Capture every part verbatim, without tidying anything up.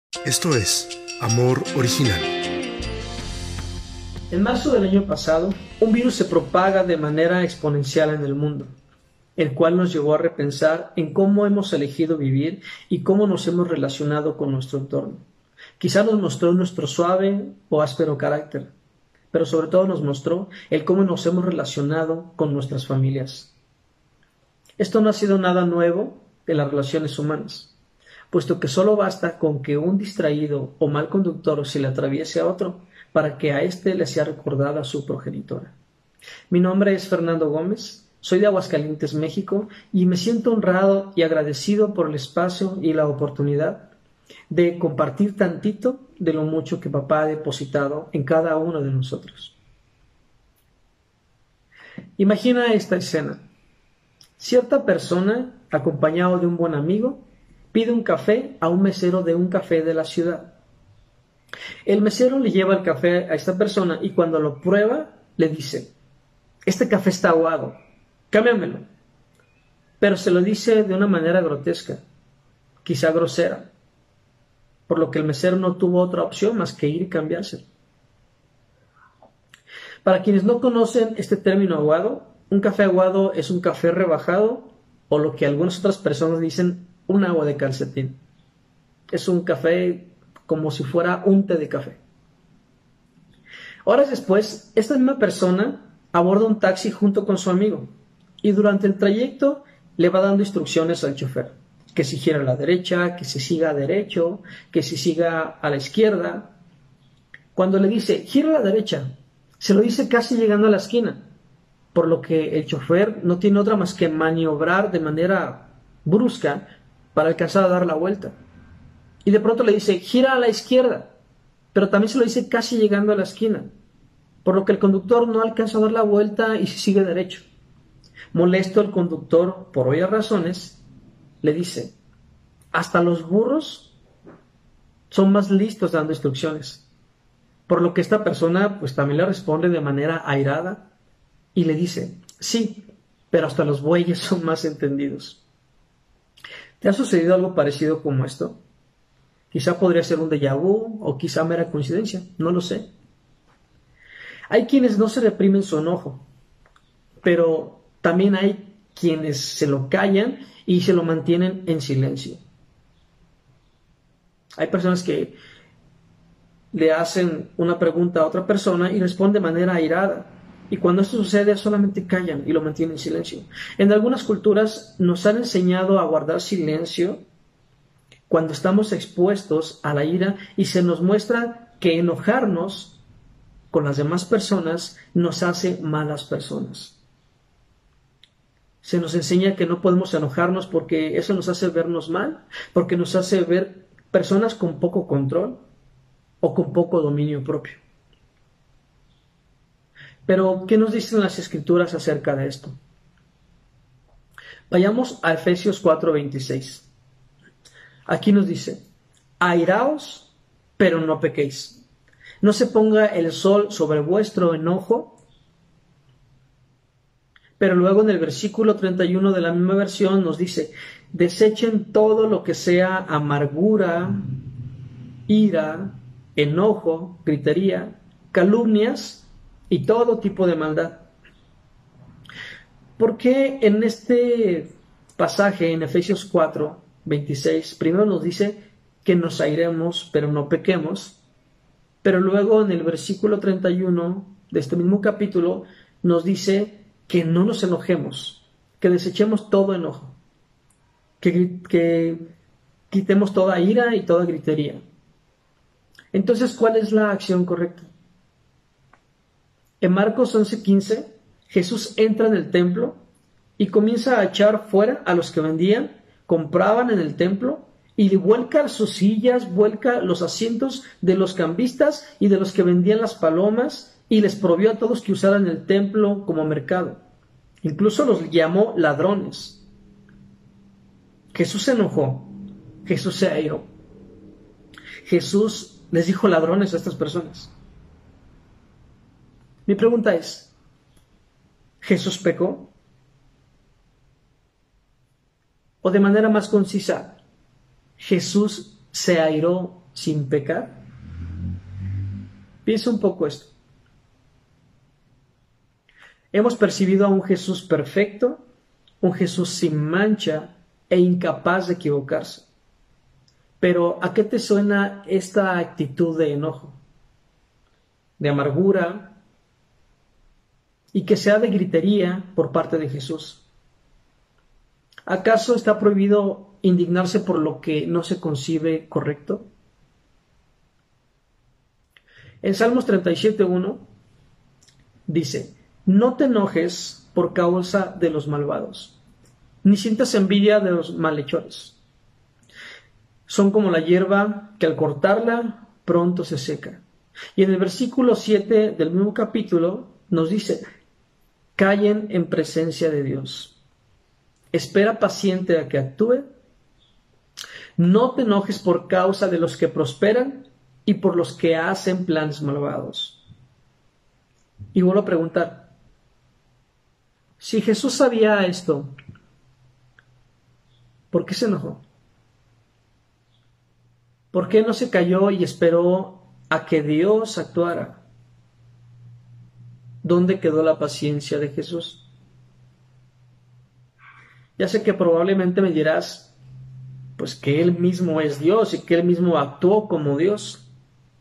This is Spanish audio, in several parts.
Esto es Amor Original. En marzo del año pasado, un virus se propaga de manera exponencial en el mundo, el cual nos llevó a repensar en cómo hemos elegido vivir y cómo nos hemos relacionado con nuestro entorno. Quizá nos mostró nuestro suave o áspero carácter, pero sobre todo nos mostró el cómo nos hemos relacionado con nuestras familias. Esto no ha sido nada nuevo en las relaciones humanas, puesto que solo basta con que un distraído o mal conductor se le atraviese a otro para que a éste le sea recordada su progenitora. Mi nombre es Fernando Gómez, soy de Aguascalientes, México, y me siento honrado y agradecido por el espacio y la oportunidad de compartir tantito de lo mucho que papá ha depositado en cada uno de nosotros. Imagina esta escena. Cierta persona, acompañado de un buen amigo, pide un café a un mesero de un café de la ciudad. El mesero le lleva el café a esta persona y cuando lo prueba, le dice: este café está aguado, cámbiamelo. Pero se lo dice de una manera grotesca, quizá grosera, por lo que el mesero no tuvo otra opción más que ir y cambiárselo. Para quienes no conocen este término aguado, un café aguado es un café rebajado o lo que algunas otras personas dicen un agua de calcetín. Es un café como si fuera un té de café. Horas después, esta misma persona aborda un taxi junto con su amigo y durante el trayecto le va dando instrucciones al chofer, que si gira a la derecha, que si siga derecho, que si siga a la izquierda. Cuando le dice gira a la derecha, se lo dice casi llegando a la esquina, por lo que el chofer no tiene otra más que maniobrar de manera brusca para alcanzar a dar la vuelta. Y de pronto le dice gira a la izquierda, pero también se lo dice casi llegando a la esquina, por lo que el conductor no alcanza a dar la vuelta y se sigue derecho. Molesto, el conductor, por obvias razones, le dice: hasta los burros son más listos dando instrucciones. Por lo que esta persona pues también le responde de manera airada y le dice: sí, pero hasta los bueyes son más entendidos. ¿Te ha sucedido algo parecido como esto? Quizá podría ser un déjà vu o quizá mera coincidencia, no lo sé. Hay quienes no se reprimen su enojo, pero también hay quienes se lo callan y se lo mantienen en silencio. Hay personas que le hacen una pregunta a otra persona y responde de manera airada. Y cuando esto sucede solamente callan y lo mantienen en silencio. En algunas culturas nos han enseñado a guardar silencio cuando estamos expuestos a la ira y se nos muestra que enojarnos con las demás personas nos hace malas personas. Se nos enseña que no podemos enojarnos porque eso nos hace vernos mal, porque nos hace ver personas con poco control o con poco dominio propio. Pero, ¿qué nos dicen las Escrituras acerca de esto? Vayamos a Efesios cuatro veintiséis. Aquí nos dice: airaos, pero no pequéis. No se ponga el sol sobre vuestro enojo. Pero luego en el versículo treinta y uno de la misma versión nos dice: desechen todo lo que sea amargura, ira, enojo, gritería, calumnias y todo tipo de maldad. ¿Por qué en este pasaje, en Efesios cuatro veintiséis, primero nos dice que nos airemos, pero no pequemos, pero luego en el versículo treinta y uno de este mismo capítulo nos dice que no nos enojemos, que desechemos todo enojo, que, que quitemos toda ira y toda gritería? Entonces, ¿cuál es la acción correcta? En Marcos once quince, Jesús entra en el templo y comienza a echar fuera a los que vendían, compraban en el templo, y vuelca sus sillas, vuelca los asientos de los cambistas y de los que vendían las palomas, y les prohibió a todos que usaran el templo como mercado. Incluso los llamó ladrones. Jesús se enojó, Jesús se airó. Jesús les dijo ladrones a estas personas. Mi pregunta es: ¿Jesús pecó? O de manera más concisa, ¿Jesús se airó sin pecar? Piensa un poco esto. Hemos percibido a un Jesús perfecto, un Jesús sin mancha e incapaz de equivocarse. Pero ¿a qué te suena esta actitud de enojo, de amargura y que sea de gritería por parte de Jesús? ¿Acaso está prohibido indignarse por lo que no se concibe correcto? En Salmos treinta y siete, uno dice: no te enojes por causa de los malvados, ni sientas envidia de los malhechores. Son como la hierba que al cortarla pronto se seca. Y en el versículo siete del mismo capítulo nos dice: callen en presencia de Dios. Espera paciente a que actúe. No te enojes por causa de los que prosperan y por los que hacen planes malvados. Y vuelvo a preguntar, si Jesús sabía esto, ¿por qué se enojó? ¿Por qué no se calló y esperó a que Dios actuara? ¿Dónde quedó la paciencia de Jesús? Ya sé que probablemente me dirás, pues que Él mismo es Dios y que Él mismo actuó como Dios.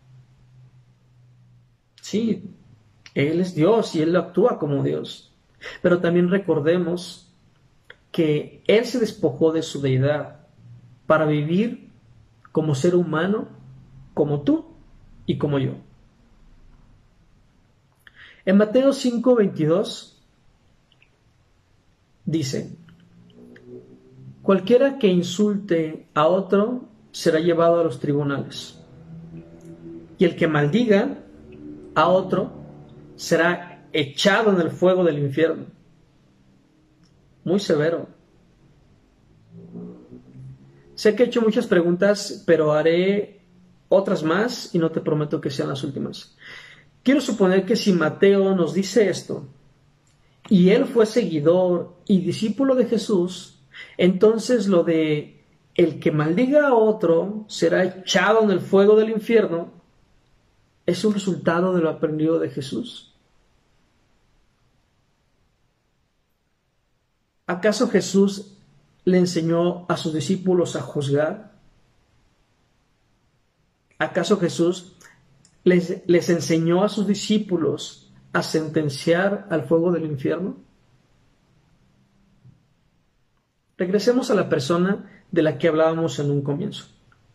Sí, Él es Dios y Él actúa como Dios. Pero también recordemos que Él se despojó de su deidad para vivir como ser humano, como tú y como yo. En Mateo cinco veintidós dice: cualquiera que insulte a otro será llevado a los tribunales, y el que maldiga a otro será echado en el fuego del infierno. Muy severo. Sé que he hecho muchas preguntas, pero haré otras más y no te prometo que sean las últimas. Quiero suponer que si Mateo nos dice esto, y él fue seguidor y discípulo de Jesús, entonces lo de el que maldiga a otro será echado en el fuego del infierno es un resultado de lo aprendido de Jesús. ¿Acaso Jesús le enseñó a sus discípulos a juzgar? ¿Acaso Jesús les, les enseñó a sus discípulos a sentenciar al fuego del infierno? Regresemos a la persona de la que hablábamos en un comienzo.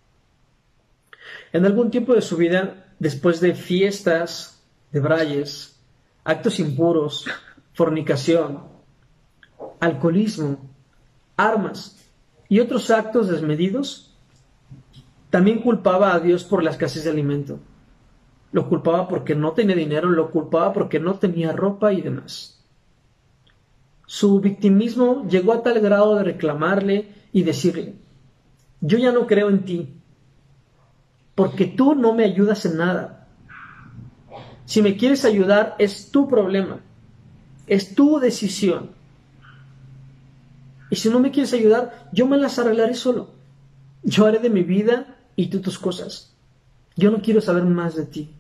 En algún tiempo de su vida, después de fiestas, de brayes, actos impuros, fornicación, alcoholismo, armas y otros actos desmedidos, también culpaba a Dios por la escasez de alimento. Lo culpaba porque no tenía dinero, lo culpaba porque no tenía ropa y demás. Su victimismo llegó a tal grado de reclamarle y decirle: yo ya no creo en ti, porque tú no me ayudas en nada. Si me quieres ayudar, es tu problema, es tu decisión. Y si no me quieres ayudar, yo me las arreglaré solo. Yo haré de mi vida y tú tus cosas. Yo no quiero saber más de ti.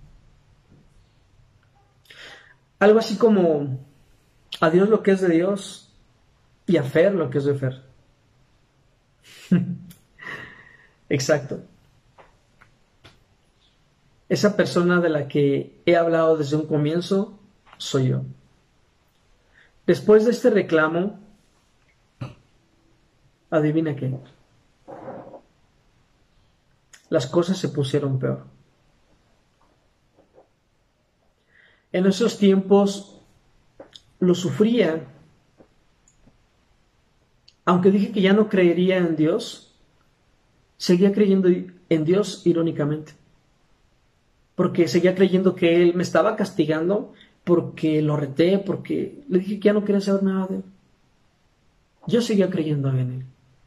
Algo así como: a Dios lo que es de Dios y a Fer lo que es de Fer. Exacto. Esa persona de la que he hablado desde un comienzo soy yo. Después de este reclamo, adivina qué. Las cosas se pusieron peor. En esos tiempos lo sufría. Aunque dije que ya no creería en Dios, seguía creyendo en Dios irónicamente. Porque seguía creyendo que Él me estaba castigando porque lo reté, porque le dije que ya no quería saber nada de Él. Yo seguía creyendo en Él.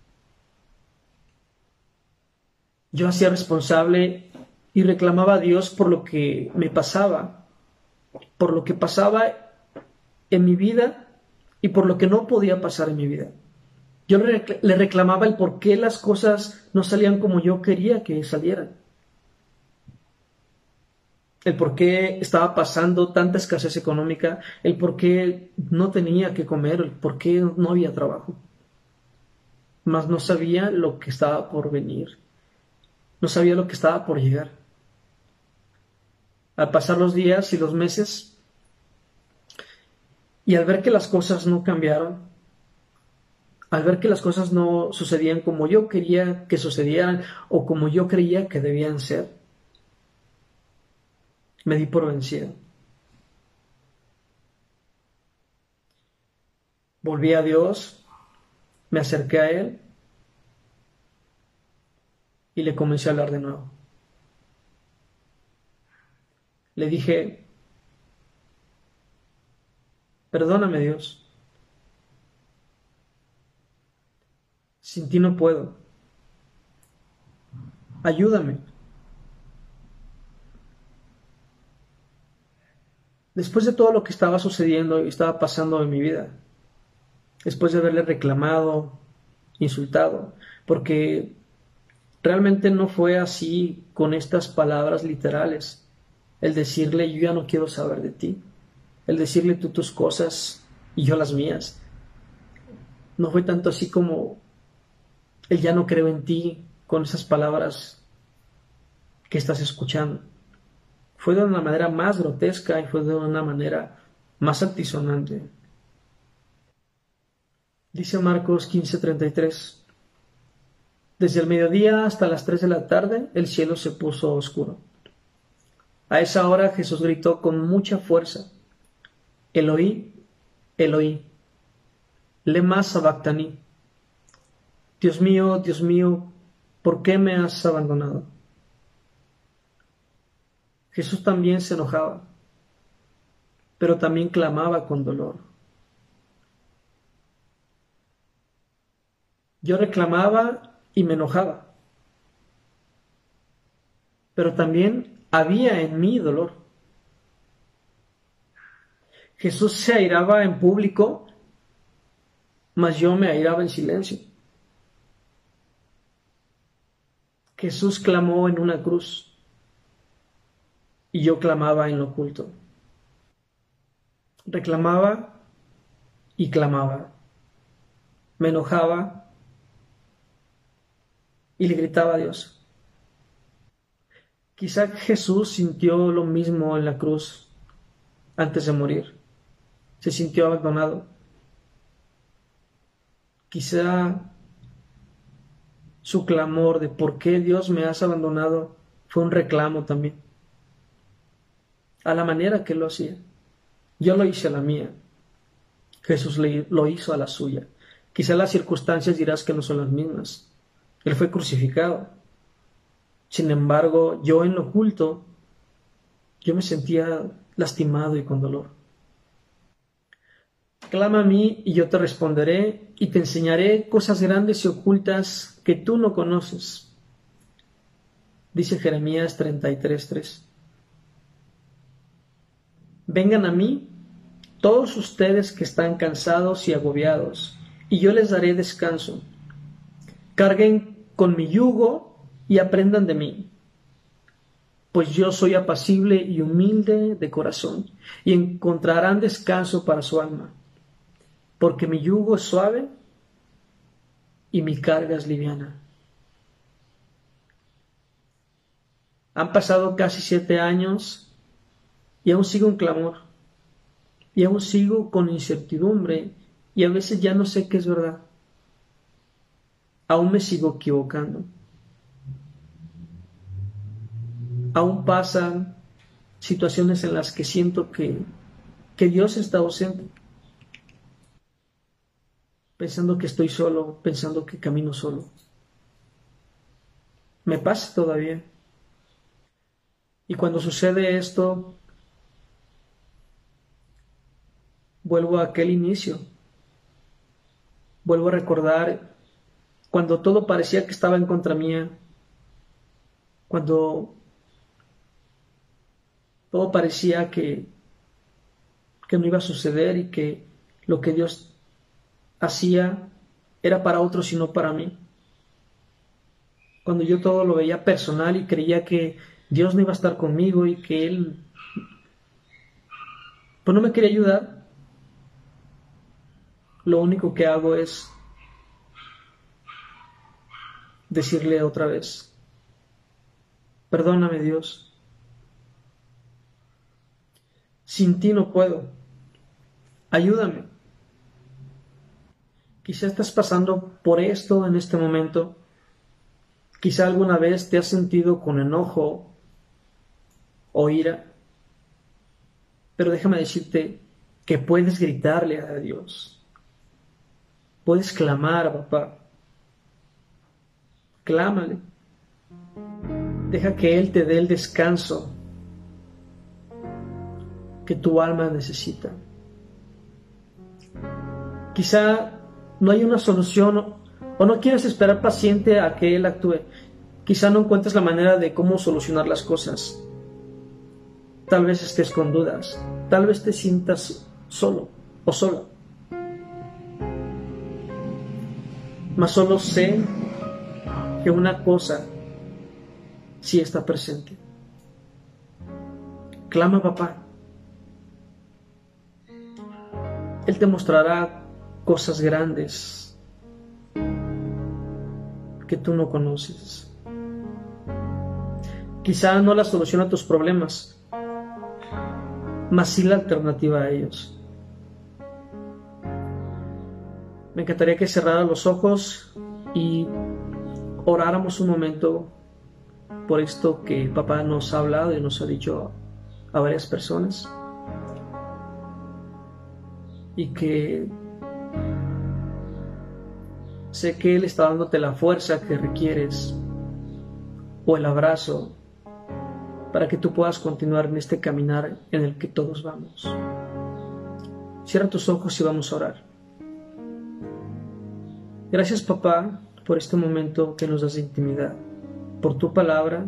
Yo hacía responsable y reclamaba a Dios por lo que me pasaba, por lo que pasaba en mi vida y por lo que no podía pasar en mi vida. Yo le reclamaba el por qué las cosas no salían como yo quería que salieran. el por qué estaba pasando tanta escasez económica, el por qué no tenía que comer, el por qué no había trabajo. Mas no sabía lo que estaba por venir, no sabía lo que estaba por llegar. Al pasar los días y los meses, y al ver que las cosas no cambiaron, al ver que las cosas no sucedían como yo quería que sucedieran o como yo creía que debían ser, me di por vencido. Volví a Dios, me acerqué a Él y le comencé a hablar de nuevo. Le dije, perdóname Dios, sin ti no puedo, ayúdame. Después de todo lo que estaba sucediendo y estaba pasando en mi vida, después de haberle reclamado, insultado, porque realmente no fue así con estas palabras literales, el decirle yo ya no quiero saber de ti, el decirle tú tus cosas y yo las mías, no fue tanto así como el ya no creo en ti con esas palabras que estás escuchando. Fue de una manera más grotesca y fue de una manera más altisonante. Dice Marcos quince treinta y tres, desde el mediodía hasta las tres de la tarde el cielo se puso oscuro. A esa hora Jesús gritó con mucha fuerza, Eloí, Eloí, lema sabactani, Dios mío, Dios mío, ¿por qué me has abandonado? Jesús también se enojaba, pero también clamaba con dolor. Yo reclamaba y me enojaba, pero también había en mí dolor. Jesús se airaba en público, mas yo me airaba en silencio. Jesús clamó en una cruz y yo clamaba en lo oculto. Reclamaba y clamaba. Me enojaba y le gritaba a Dios. Quizá Jesús sintió lo mismo en la cruz antes de morir. Se sintió abandonado. Quizá su clamor de ¿por qué Dios me has abandonado? Fue un reclamo también. A la manera que lo hacía. Yo lo hice a la mía. Jesús lo hizo a la suya. Quizá las circunstancias dirás que no son las mismas. Él fue crucificado. Sin embargo, yo en lo oculto, yo me sentía lastimado y con dolor. Clama a mí y yo te responderé y te enseñaré cosas grandes y ocultas que tú no conoces. Dice Jeremías treinta y tres, tres. Vengan a mí todos ustedes que están cansados y agobiados, y yo les daré descanso. Carguen con mi yugo y aprendan de mí, pues yo soy apacible y humilde de corazón, y encontrarán descanso para su alma, porque mi yugo es suave y mi carga es liviana. Han pasado casi siete años y aún sigo en clamor, y aún sigo con incertidumbre, y a veces ya no sé qué es verdad. Aún me sigo equivocando. Aún pasan situaciones en las que siento que, que Dios está ausente. Pensando que estoy solo, pensando que camino solo. Me pasa todavía. Y cuando sucede esto, vuelvo a aquel inicio. Vuelvo a recordar cuando todo parecía que estaba en contra mía. Cuando todo parecía que, que no iba a suceder y que lo que Dios hacía era para otros y no para mí. Cuando yo todo lo veía personal y creía que Dios no iba a estar conmigo y que Él pues no me quería ayudar, lo único que hago es decirle otra vez, perdóname Dios, sin ti no puedo, ayúdame. Quizá estás pasando por esto en este momento, quizá alguna vez te has sentido con enojo o ira, pero déjame decirte que puedes gritarle a Dios, puedes clamar a papá, clámale, deja que Él te dé el descanso que tu alma necesita. Quizá no hay una solución o no quieres esperar paciente a que Él actúe. Quizá no encuentres la manera de cómo solucionar las cosas. Tal vez estés con dudas, tal vez te sientas solo o sola. Mas solo sé que una cosa sí está presente. Clama a papá. Él te mostrará cosas grandes que tú no conoces. Quizá no la solución a tus problemas, mas sí la alternativa a ellos. Me encantaría que cerraras los ojos y oráramos un momento por esto que papá nos ha hablado y nos ha dicho a varias personas, y que sé que Él está dándote la fuerza que requieres o el abrazo para que tú puedas continuar en este caminar en el que todos vamos. Cierra tus ojos y vamos a orar. Gracias, papá, por este momento que nos das de intimidad, por tu palabra,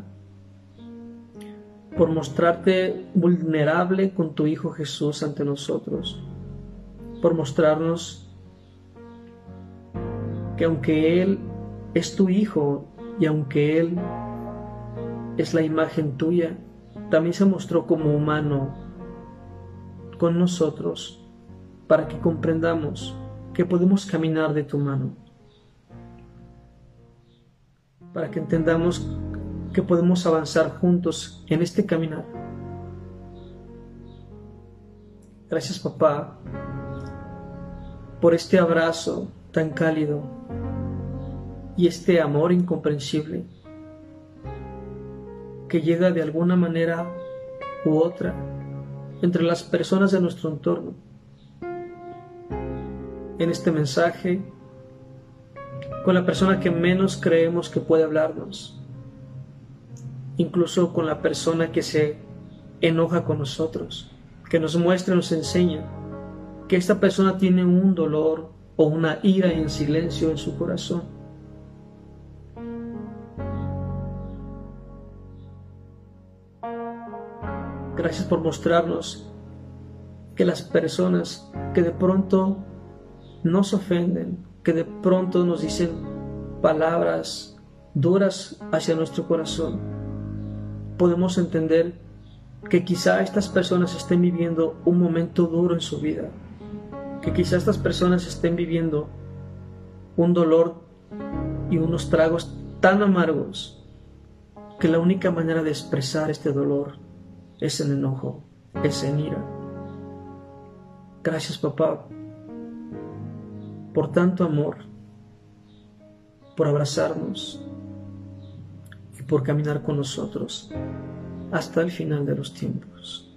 por mostrarte vulnerable con tu Hijo Jesús ante nosotros, por mostrarnos que aunque Él es tu Hijo y aunque Él es la imagen tuya, también se mostró como humano con nosotros para que comprendamos que podemos caminar de tu mano, para que entendamos que podemos avanzar juntos en este caminar. Gracias, papá, por este abrazo tan cálido y este amor incomprensible que llega de alguna manera u otra entre las personas de nuestro entorno. En este mensaje, con la persona que menos creemos que puede hablarnos, incluso con la persona que se enoja con nosotros, que nos muestra y nos enseña que esta persona tiene un dolor o una ira en silencio en su corazón. Gracias por mostrarnos que las personas que de pronto nos ofenden, que de pronto nos dicen palabras duras hacia nuestro corazón, podemos entender que quizá estas personas estén viviendo un momento duro en su vida, que quizá estas personas estén viviendo un dolor y unos tragos tan amargos que la única manera de expresar este dolor es en enojo, es en ira. Gracias, papá, por tanto amor, por abrazarnos y por caminar con nosotros hasta el final de los tiempos.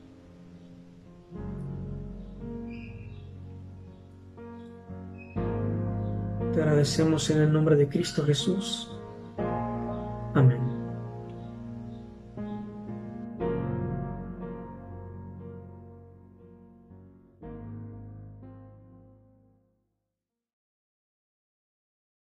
Te agradecemos en el nombre de Cristo Jesús.